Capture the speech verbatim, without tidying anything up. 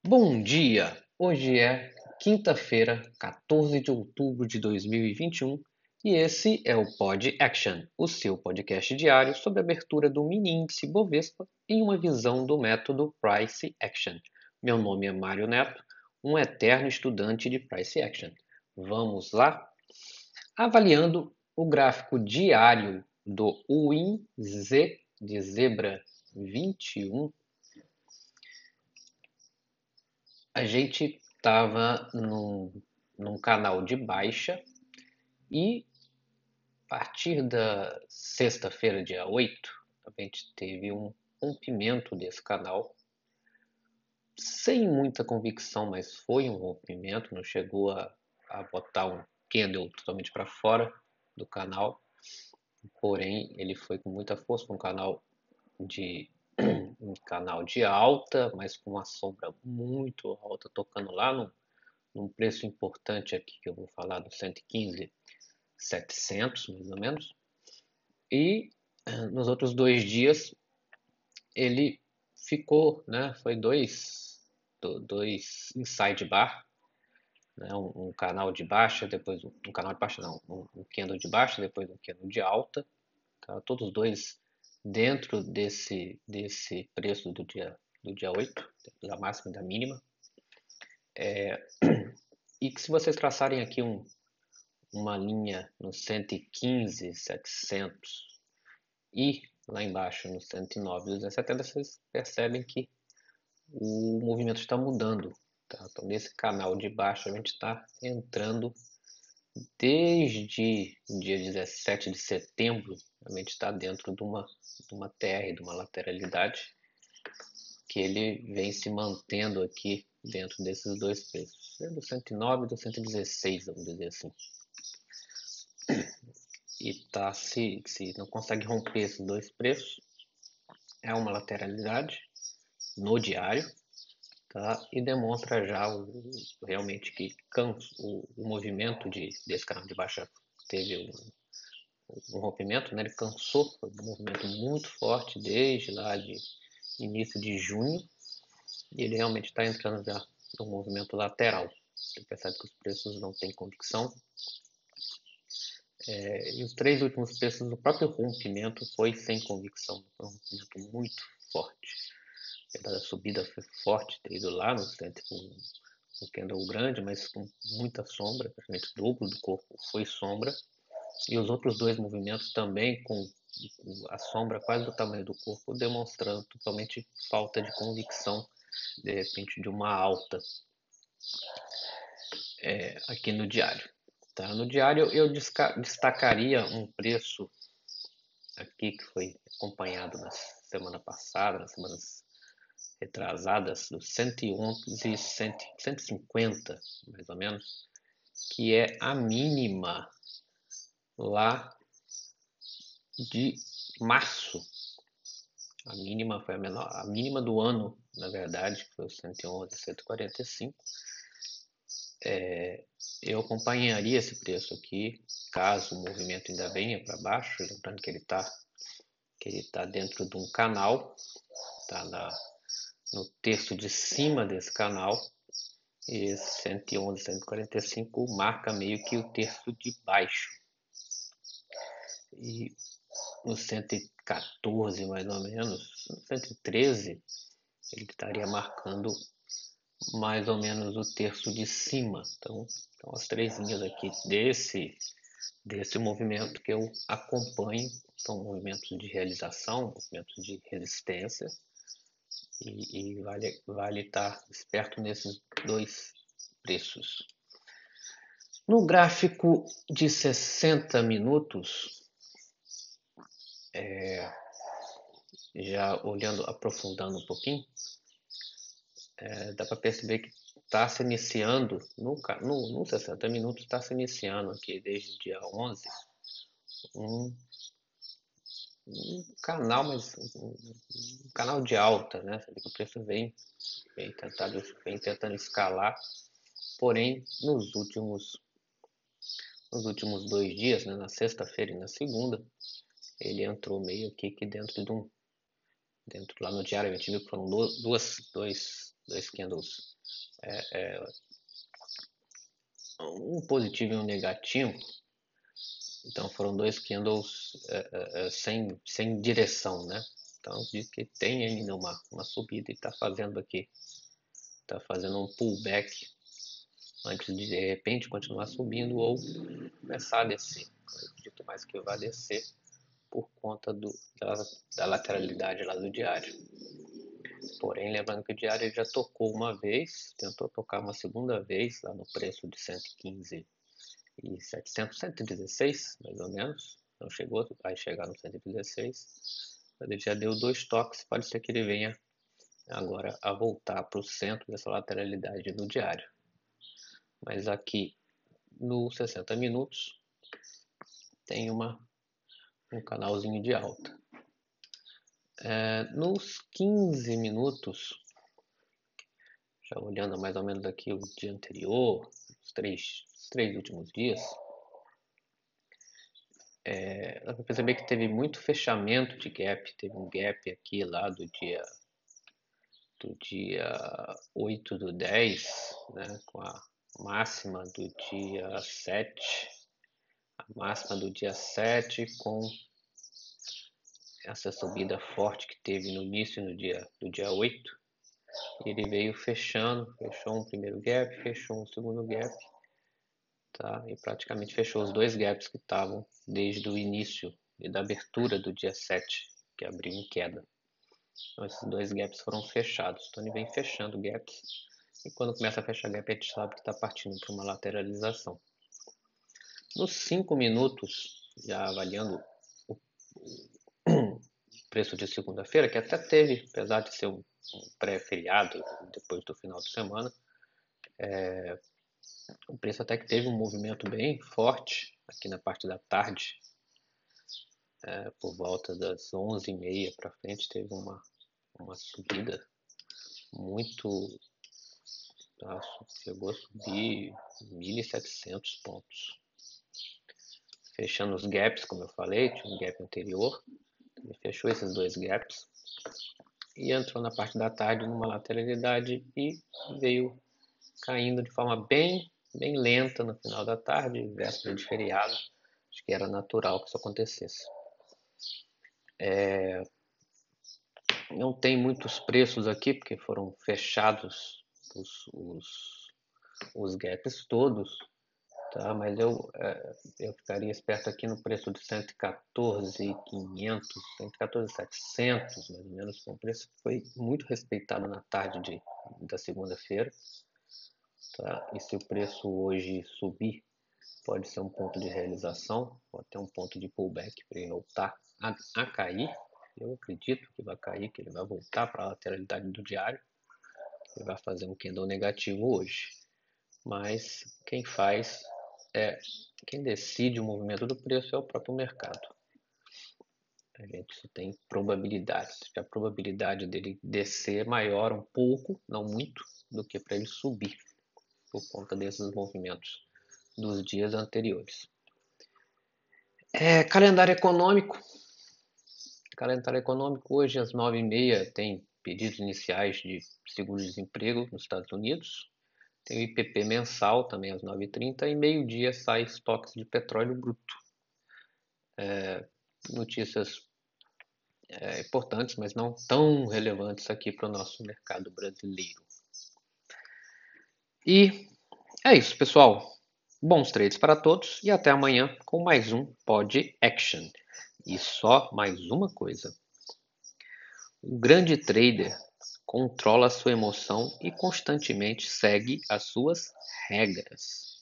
Bom dia! Hoje é quinta-feira, quatorze de outubro de dois mil e vinte e um, e esse é o Pod Action, o seu podcast diário sobre a abertura do mini índice Bovespa em uma visão do método Price Action. Meu nome é Mário Neto, um eterno estudante de Price Action. Vamos lá? Avaliando o gráfico diário do Win Z de Zebra vinte e um, a gente estava num, num canal de baixa e a partir da sexta-feira, dia oito, a gente teve um rompimento desse canal, sem muita convicção, mas foi um rompimento, não chegou a, a botar um candle totalmente para fora do canal, porém ele foi com muita força, um canal de um canal de alta, mas com uma sombra muito alta, tocando lá no num preço importante aqui que eu vou falar do cento e quinze mil e setecentos, mais ou menos. E nos outros dois dias ele ficou, né? Foi dois, dois inside bar, né? Um, um canal de baixa, depois um, um canal de baixa não, um, um candle de baixa, depois um candle de alta, tá? Todos dois dentro desse desse preço do dia do dia oito, da máxima e da mínima. É, e que se vocês traçarem aqui um, uma linha no cento e quinze mil e setecentos e lá embaixo no cento e nove mil duzentos e setenta, vocês percebem que o movimento está mudando. Tá? Então, nesse canal de baixo, a gente está entrando desde o dia dezessete de setembro, a gente está dentro de uma, de uma T R, de uma lateralidade, que ele vem se mantendo aqui dentro desses dois preços, do cento e nove e do cento e dezesseis, vamos dizer assim. E tá, se, se não consegue romper esses dois preços, é uma lateralidade no diário, tá? E demonstra já o, realmente que canso, o, o movimento de, desse canal de baixa teve um, um rompimento, né? Ele cansou, foi um movimento muito forte desde lá de início de junho, e ele realmente está entrando já no movimento lateral. Você percebe que os preços não têm convicção. É, e os três últimos preços, o próprio rompimento foi sem convicção, foi um rompimento muito forte. A subida foi forte, ter ido lá no centro com um candle grande, mas com muita sombra, praticamente o dobro do corpo foi sombra. E os outros dois movimentos também com a sombra quase do tamanho do corpo, demonstrando totalmente falta de convicção, de repente, de uma alta é, aqui no diário. Tá? No diário eu destacaria um preço aqui que foi acompanhado na semana passada, nas semanas retrasadas, dos cento e onze e cento e cinquenta, mais ou menos, que é a mínima lá de março. A mínima foi a menor, a mínima do ano, na verdade, que foi o cento e onze e cento e quarenta e cinco. É, eu acompanharia esse preço aqui, caso o movimento ainda venha para baixo, lembrando que ele está que ele tá dentro de um canal, está no terço de cima desse canal, e esse cento e onze, cento e quarenta e cinco marca meio que o terço de baixo. E no cento e quatorze, mais ou menos, no cento e treze, ele estaria marcando mais ou menos o terço de cima. Então, então as três linhas aqui desse, desse movimento que eu acompanho são movimentos de realização, movimentos de resistência, e, e vale, vale estar esperto nesses dois preços. No gráfico de sessenta minutos, é, já olhando, aprofundando um pouquinho, é, dá para perceber que está se iniciando, no, no, no sessenta minutos, está se iniciando aqui desde o dia onze, um, um canal, mas um, um canal de alta, né? Sabe que o preço vem, vem, tentado, vem tentando escalar, porém, nos últimos, nos últimos dois dias, né, na sexta-feira e na segunda, ele entrou meio aqui que dentro de um, dentro lá no diário, a gente viu que foram duas, dois, dois candles, é, é, um positivo e um negativo. Então foram dois candles é, é, sem, sem direção, né? Então diz que tem ainda uma, uma subida e está fazendo aqui, está fazendo um pullback antes de de repente continuar subindo ou começar a descer. Eu acredito mais que vai descer por conta do, da, da lateralidade lá do diário. Porém, lembrando que o diário já tocou uma vez, tentou tocar uma segunda vez lá no preço de cento e quinze e setecentos, cento e dezesseis mais ou menos. Não chegou, vai chegar no cento e dezesseis. Ele já deu dois toques, pode ser que ele venha agora a voltar para o centro dessa lateralidade no diário. Mas aqui no sessenta minutos tem uma, um canalzinho de alta. É, nos quinze minutos, já olhando mais ou menos aqui o dia anterior, os três, os três últimos dias, é, dá para perceber que teve muito fechamento de gap. Teve um gap aqui lá do dia do dia oito do dez, né, com a máxima do dia sete, a máxima do dia sete com essa subida forte que teve no início no dia, do dia oito. Ele veio fechando, fechou um primeiro gap, fechou um segundo gap, tá? E praticamente fechou os dois gaps que estavam desde o início e da abertura do dia sete, que abriu em queda. Então esses dois gaps foram fechados. Então ele vem fechando gaps e quando começa a fechar gap a gente sabe que está partindo para uma lateralização. Nos cinco minutos, já avaliando o preço de segunda-feira, que até teve, apesar de ser um, um pré-feriado depois do final de semana, é, o preço até que teve um movimento bem forte aqui na parte da tarde, é, por volta das onze e meia para frente teve uma, uma subida muito, tá, chegou a subir mil e setecentos pontos, fechando os gaps, como eu falei, tinha um gap anterior, ele fechou esses dois gaps e entrou na parte da tarde numa lateralidade e veio caindo de forma bem, bem lenta no final da tarde, véspera de feriado. Acho que era natural que isso acontecesse. É, não tem muitos preços aqui, porque foram fechados os, os, os gaps todos, tá? Mas eu, é, eu ficaria esperto aqui no preço de cento e quatorze mil e quinhentos, cento e quatorze mil e setecentos, mais ou menos. O preço foi muito respeitado na tarde de, da segunda-feira. Tá? E se o preço hoje subir, pode ser um ponto de realização, pode ter um ponto de pullback para ele voltar a, a cair. Eu acredito que vai cair, que ele vai voltar para a lateralidade do diário. Ele vai fazer um candle negativo hoje. Mas quem faz, é, quem decide o movimento do preço é o próprio mercado. A gente só tem probabilidades. A probabilidade dele descer é maior um pouco, não muito, do que para ele subir, por conta desses movimentos dos dias anteriores. É, calendário econômico. Calendário econômico, hoje às nove e meia tem pedidos iniciais de seguro-desemprego nos Estados Unidos. Tem o I P P mensal também às nove e trinta e meio-dia sai estoques de petróleo bruto. É, notícias é, importantes, mas não tão relevantes aqui para o nosso mercado brasileiro. E é isso, pessoal. Bons trades para todos e até amanhã com mais um Pod Action. E só mais uma coisa. O grande trader controla sua emoção e constantemente segue as suas regras.